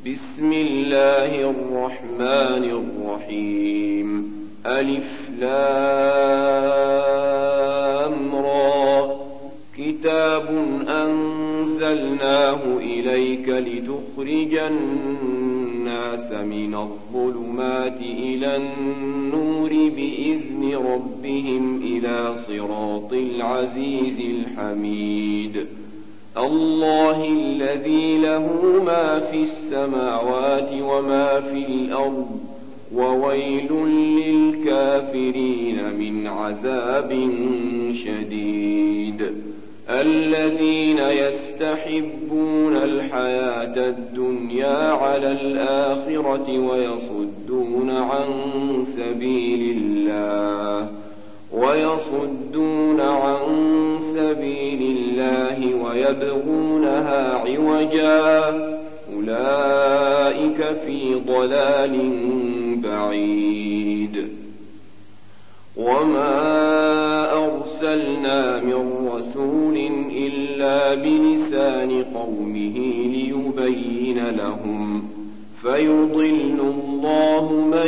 بسم الله الرحمن الرحيم. ألف لام را. كتاب أنزلناه إليك لتخرج الناس من الظلمات إلى النور بإذن ربهم إلى صراط العزيز الحميد. الله الذي له ما في السماوات وما في الأرض وويل للكافرين من عذاب شديد. الذين يستحبون الحياة الدنيا على الآخرة ويصدون عن سبيل الله ويبغونها عوجا أولئك في ضلال بعيد. وما أرسلنا من رسول إلا بلسان قومه ليبين لهم فيضل الله من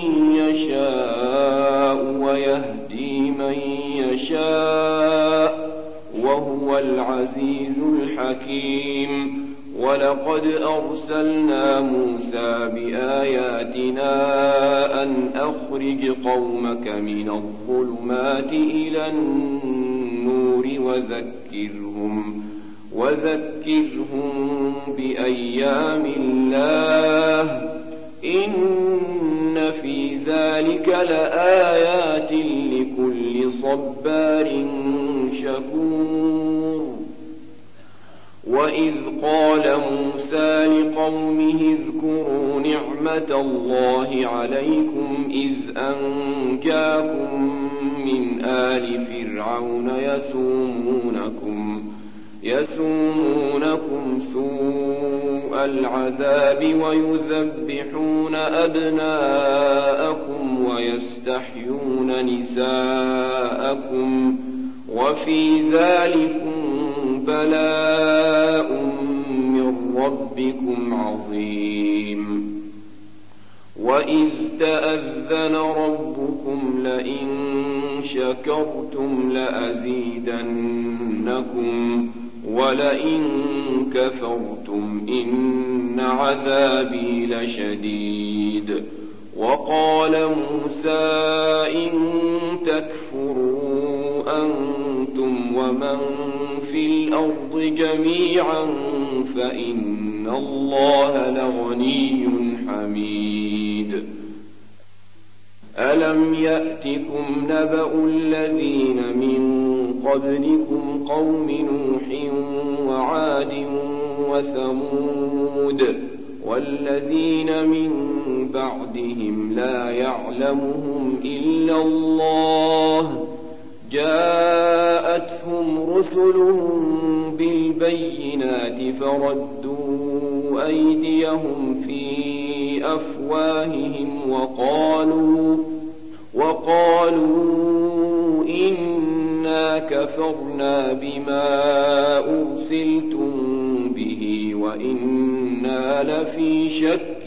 يشاء ويهدي من يشاء وهو العزيز الحكيم. ولقد أرسلنا موسى بآياتنا أن أخرج قومك من الظلمات إلى النور وذكرهم بأيام الله إن في ذلك لآيات لكل صبار شكور. وإذ قال موسى لقومه اذكروا نعمة الله عليكم إذ أنجاكم من آل فرعون يسومونكم سوء العذاب ويذبحون أبناءكم ويستحيون نساءكم وفي ذلكم بلاء من ربكم عظيم. وإذ تأذن ربكم لئن شكرتم لأزيدنكم ولئن كفرتم إن عذابي لشديد. وقال موسى إن تكفروا أنتم ومن في الأرض جميعا فإن الله لغني حميد. ألم يأتكم نبأ الذين من قبلكم قوم نوح وعاد وثمود والذين من بعدهم لا يعلمهم إلا الله جاءتهم رسلهم بالبينات فردوا أيديهم في أفواههم وقالوا إنا كفرنا بما أرسلتم به وإنا لفي شك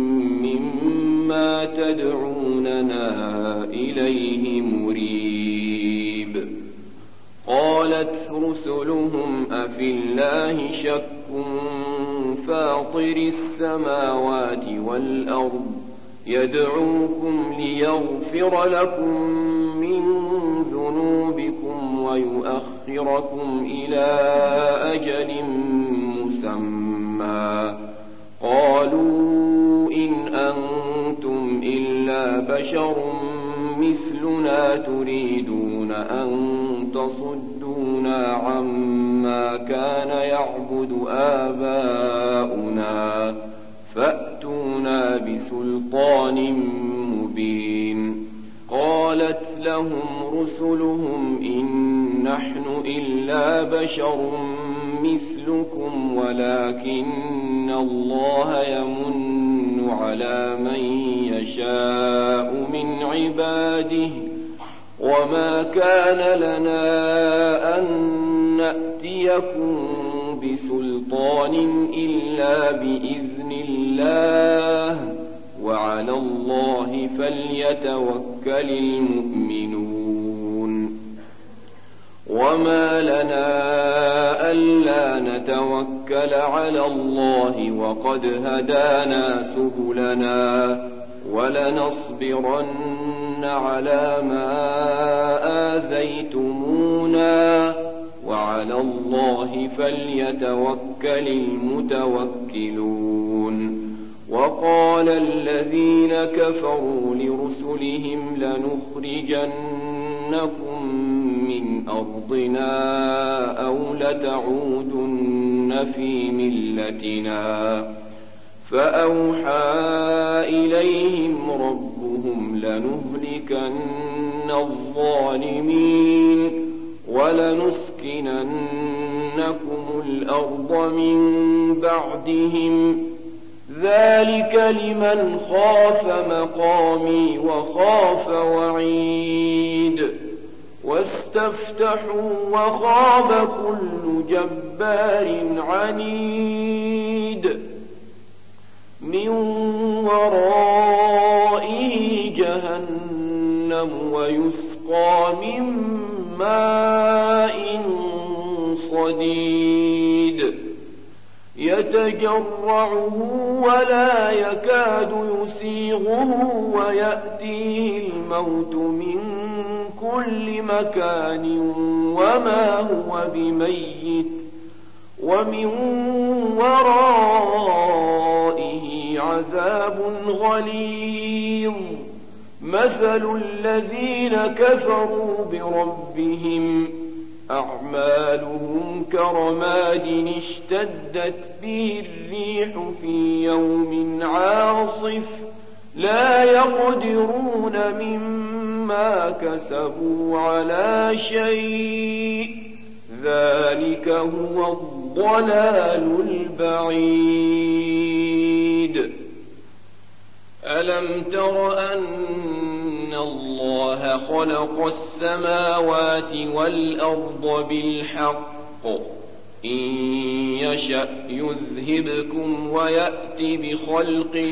مما تدعوننا إليه مريب. قالت رسلهم أفي الله شك فاطر السماوات والأرض يدعوكم ليغفر لكم من ذنوبكم ويؤخركم إلى أجل مسمى قالوا إن أنتم إلا بشر مثلنا تريدون أن تصدونا عما كان يعبد آباؤنا فأتونا بسلطان مبين. قالت لهم رسلهم إن نحن إلا بشر مثلكم ولكن الله يمن على من يشاء من عباده وما كان لنا أن نأتيكم بسلطان إلا بإذن الله الله وعلى الله فليتوكل المؤمنون وما لنا ألا نتوكل على الله وقد هدانا سبلنا ولنصبرن على ما آذيتمونا وعلى الله فليتوكل المتوكلون وقال الذين كفروا لرسلهم لنخرجنكم من أرضنا أو لتعودن في ملتنا فأوحى إليهم ربهم لنهلكن الظالمين ولنسكننكم الأرض من بعدهم ذلك لمن خاف مقامي وخاف وعيد واستفتحوا وخاب كل جبار عنيد من ورائه جهنم ويسقى من ماء صديد يتجرعه ولا يكاد يسيغه ويأتيه الموت من كل مكان وما هو بميت ومن ورائه عذاب غليظ مثل الذين كفروا بربهم أعمالهم كرماد اشتدت به الريح في يوم عاصف لا يقدرون مما كسبوا على شيء ذلك هو الضلال البعيد ألم تر أن الله خلق السماوات والأرض بالحق إن يشأ يذهبكم ويأت بخلق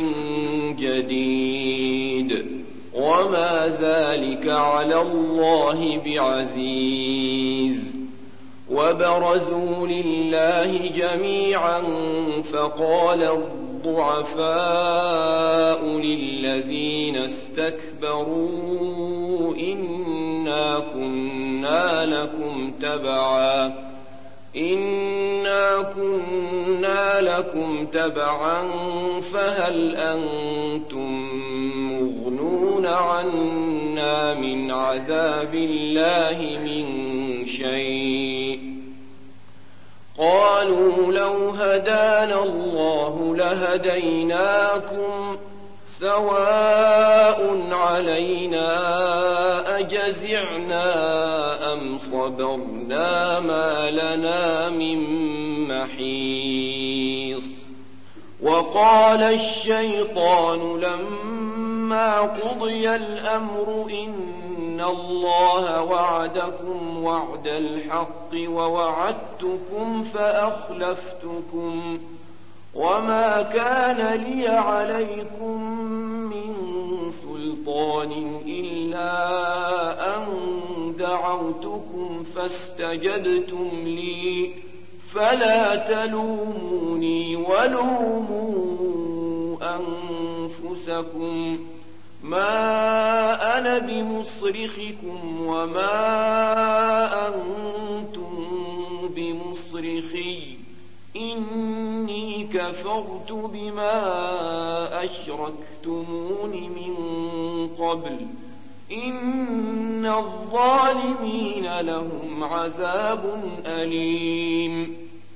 جديد وما ذلك على الله بعزيز وبرزوا لله جميعا فقال الضعفاء للذين استكبروا إنا كنا لكم تبعا فهل أنتم مغنون عنا من عذاب الله من شيء قالوا لو هدانا الله لهديناكم سواء علينا أجزعنا أم صبرنا ما لنا من محيص وقال الشيطان لما قضي الأمر إن الله وعدكم وعد الحق ووعدتكم فأخلفتكم وما كان لي عليكم من سلطان إلا أن دعوتكم فاستجبتم لي فلا تلوموني ولوموا أنفسكم ما أنا بمصرخكم وما أنتم بمصرخي إني كفرت بما أشركتمون من قبل إن الظالمين لهم عذاب أليم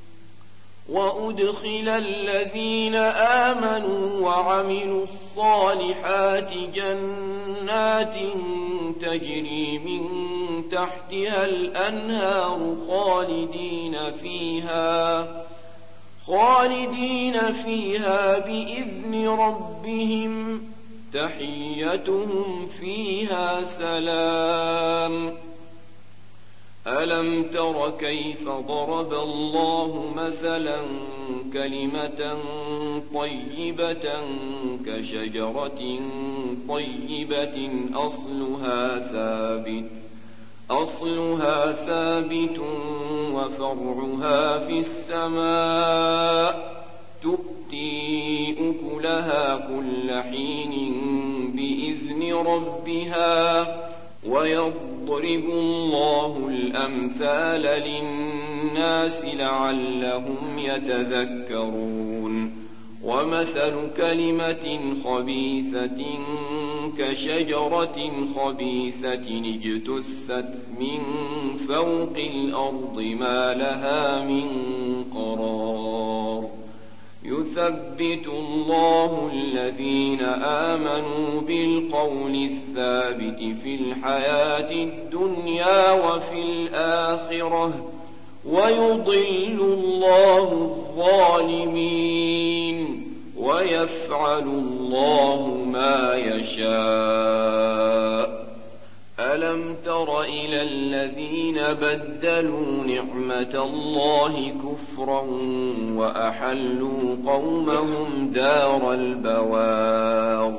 وأدخل الذين آمنوا وعملوا الصالحات جنات تجري من تحتها الأنهار خالدين فيها بإذن ربهم تحيتهم فيها سلام ألم تر كيف ضرب الله مثلا كلمة طيبة كشجرة طيبة أصلها ثابت وفرعها في السماء تؤتي أكلها كل حين بإذن ربها ويضرب الله الأمثال للناس لعلهم يتذكرون ومثل كلمة خبيثة كشجرة خبيثة اجتثت من فوق الأرض ما لها من قرار يثبت الله الذين آمنوا بالقول الثابت في الحياة الدنيا وفي الآخرة ويضل الله الظالمين ويفعل الله ما يشاء ألم تر إلى الذين بدلوا نعمة الله كفرا وأحلوا قومهم دار البوار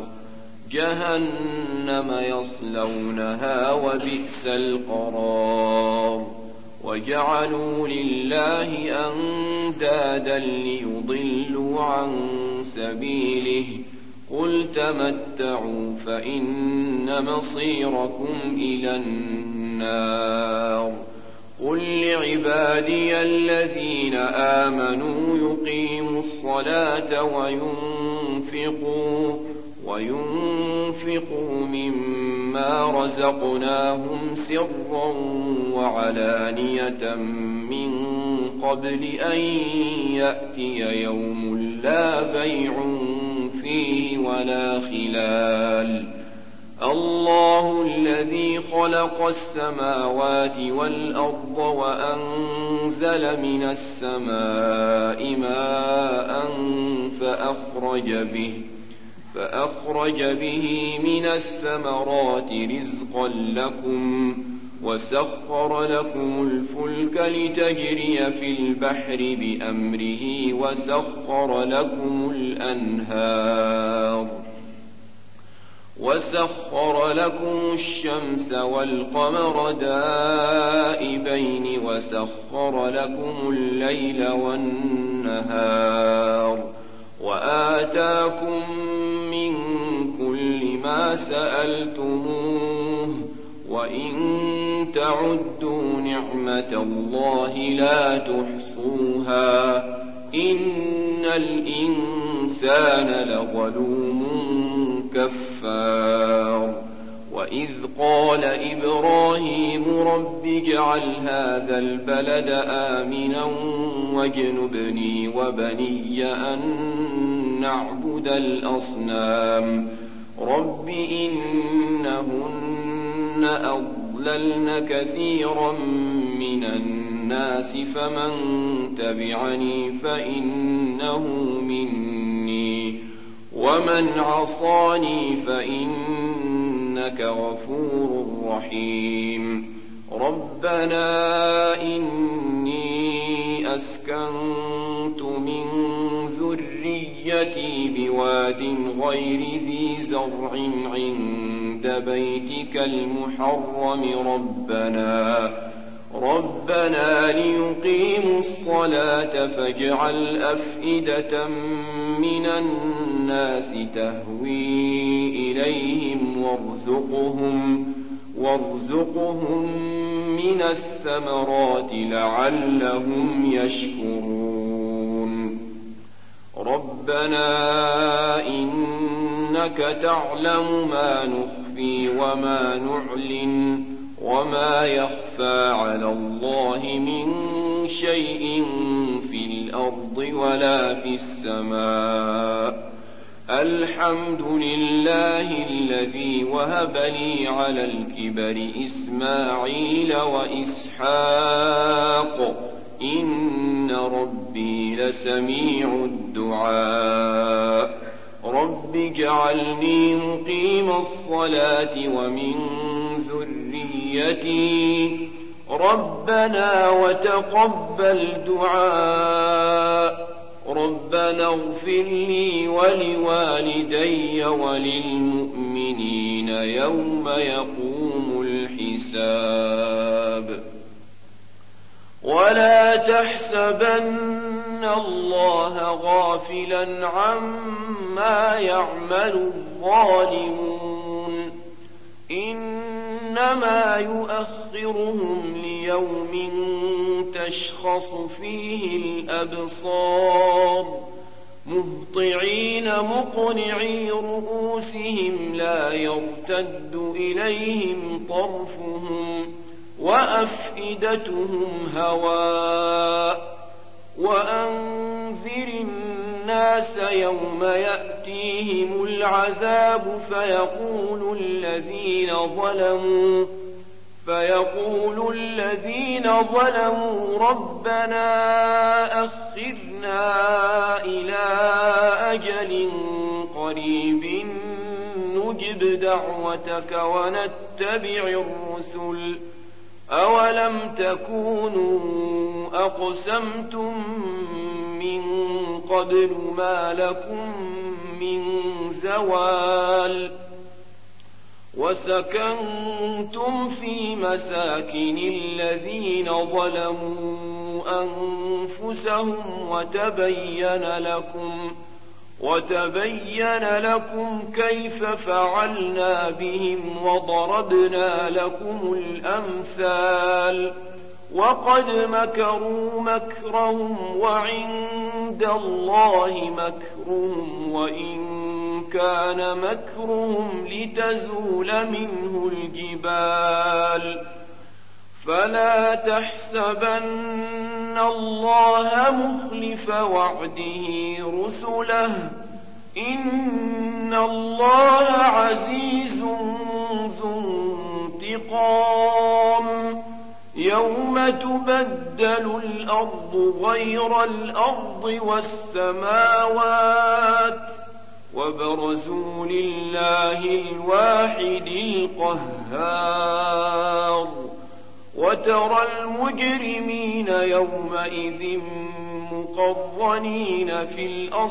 جهنم يصلونها وبئس القرار وجعلوا لله أندادا ليضلوا عن سبيله قل تمتعوا فإن مصيركم إلى النار قل لعبادي الذين آمنوا يقيموا الصلاة وينفقوا مما رزقناهم سرا وعلانية من قبل أن يأتي يوم لا بيع فيه ولا خلال الله الذي خلق السماوات والأرض وأنزل من السماء ماء فأخرج به من الثمرات رزقا لكم وسخر لكم الفلك لتجري في البحر بأمره وسخر لكم الشمس والقمر دائبين وسخر لكم الليل والنهار وآتاكم من كل ما سألتموه وإن تعدوا نعمة الله لا تحصوها إن الإنسان لظلوم كفار وإذ قال إبراهيم رب اجعل هذا البلد آمنا واجنبني وبني أن نعبد الأصنام رب إنهن أضللن كثيرا من الناس فمن تبعني فإنه مني ومن عصاني فإنك غفور رحيم ربنا إني أسكنت من ذريتي بواد غير ذي زرع عند بيتك المحرم ربنا ليقيموا الصلاة فاجعل أفئدة من الناس تهوي إليهم وارزقهم من الثمرات لعلهم يشكرون ربنا إنك تعلم ما نخفي وما نعلن وما يخفى على الله من شيء في الأرض ولا في السماء الحمد لله الذي وهب لي على الكبر إسماعيل وإسحاق إن ربي لسميع الدعاء رب اجعلني مقيم الصلاة ومن ذريتي ربنا وتقبل دعاء ربنا اغفر لي ولوالدي وللمؤمنين يوم يقوم الحساب ولا تحسبن الله غافلا عما يعمل الظالمون إنما يؤخرهم ليوم تشخص فيه الأبصار مهطعين مقنعي رؤوسهم لا يرتد إليهم طرفهم وأفئدتهم هواء وأنذر الناس يوم يأتيهم العذاب فيقول الذين ظلموا ربنا أخرنا إلى أجل قريب نجب دعوتك ونتبع الرسل أولم تكونوا أقسمتم من قبل ما لكم من زوال وسكنتم في مساكن الذين ظلموا أنفسهم وتبين لكم كيف فعلنا بهم وضربنا لكم الأمثال وقد مكروا مكرهم وعند الله مكرهم وإن كان مكرهم لتزول منه الجبال فلا تحسبن الله مخلف وعده رسله إن الله عزيز ذو انتقام يوم تبدل الأرض غير الأرض والسماوات وبرزوا لله الواحد القهار وترى المجرمين يومئذ مقرنين في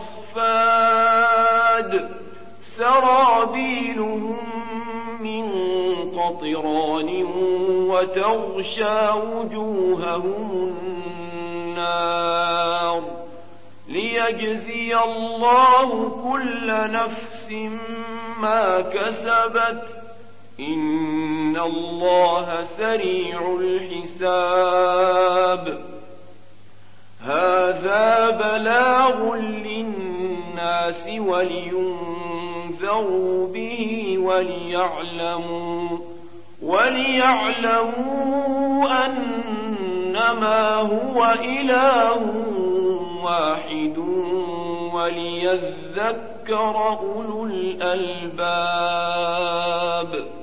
الأصفاد سرابيلهم من قطران وتغشى وجوههم النار ليجزي الله كل نفس ما كسبت إن الله سريع الحساب هذا بلاغ للناس ولينذروا به وليعلموا أنما هو إله واحد وليذكر أولو الألباب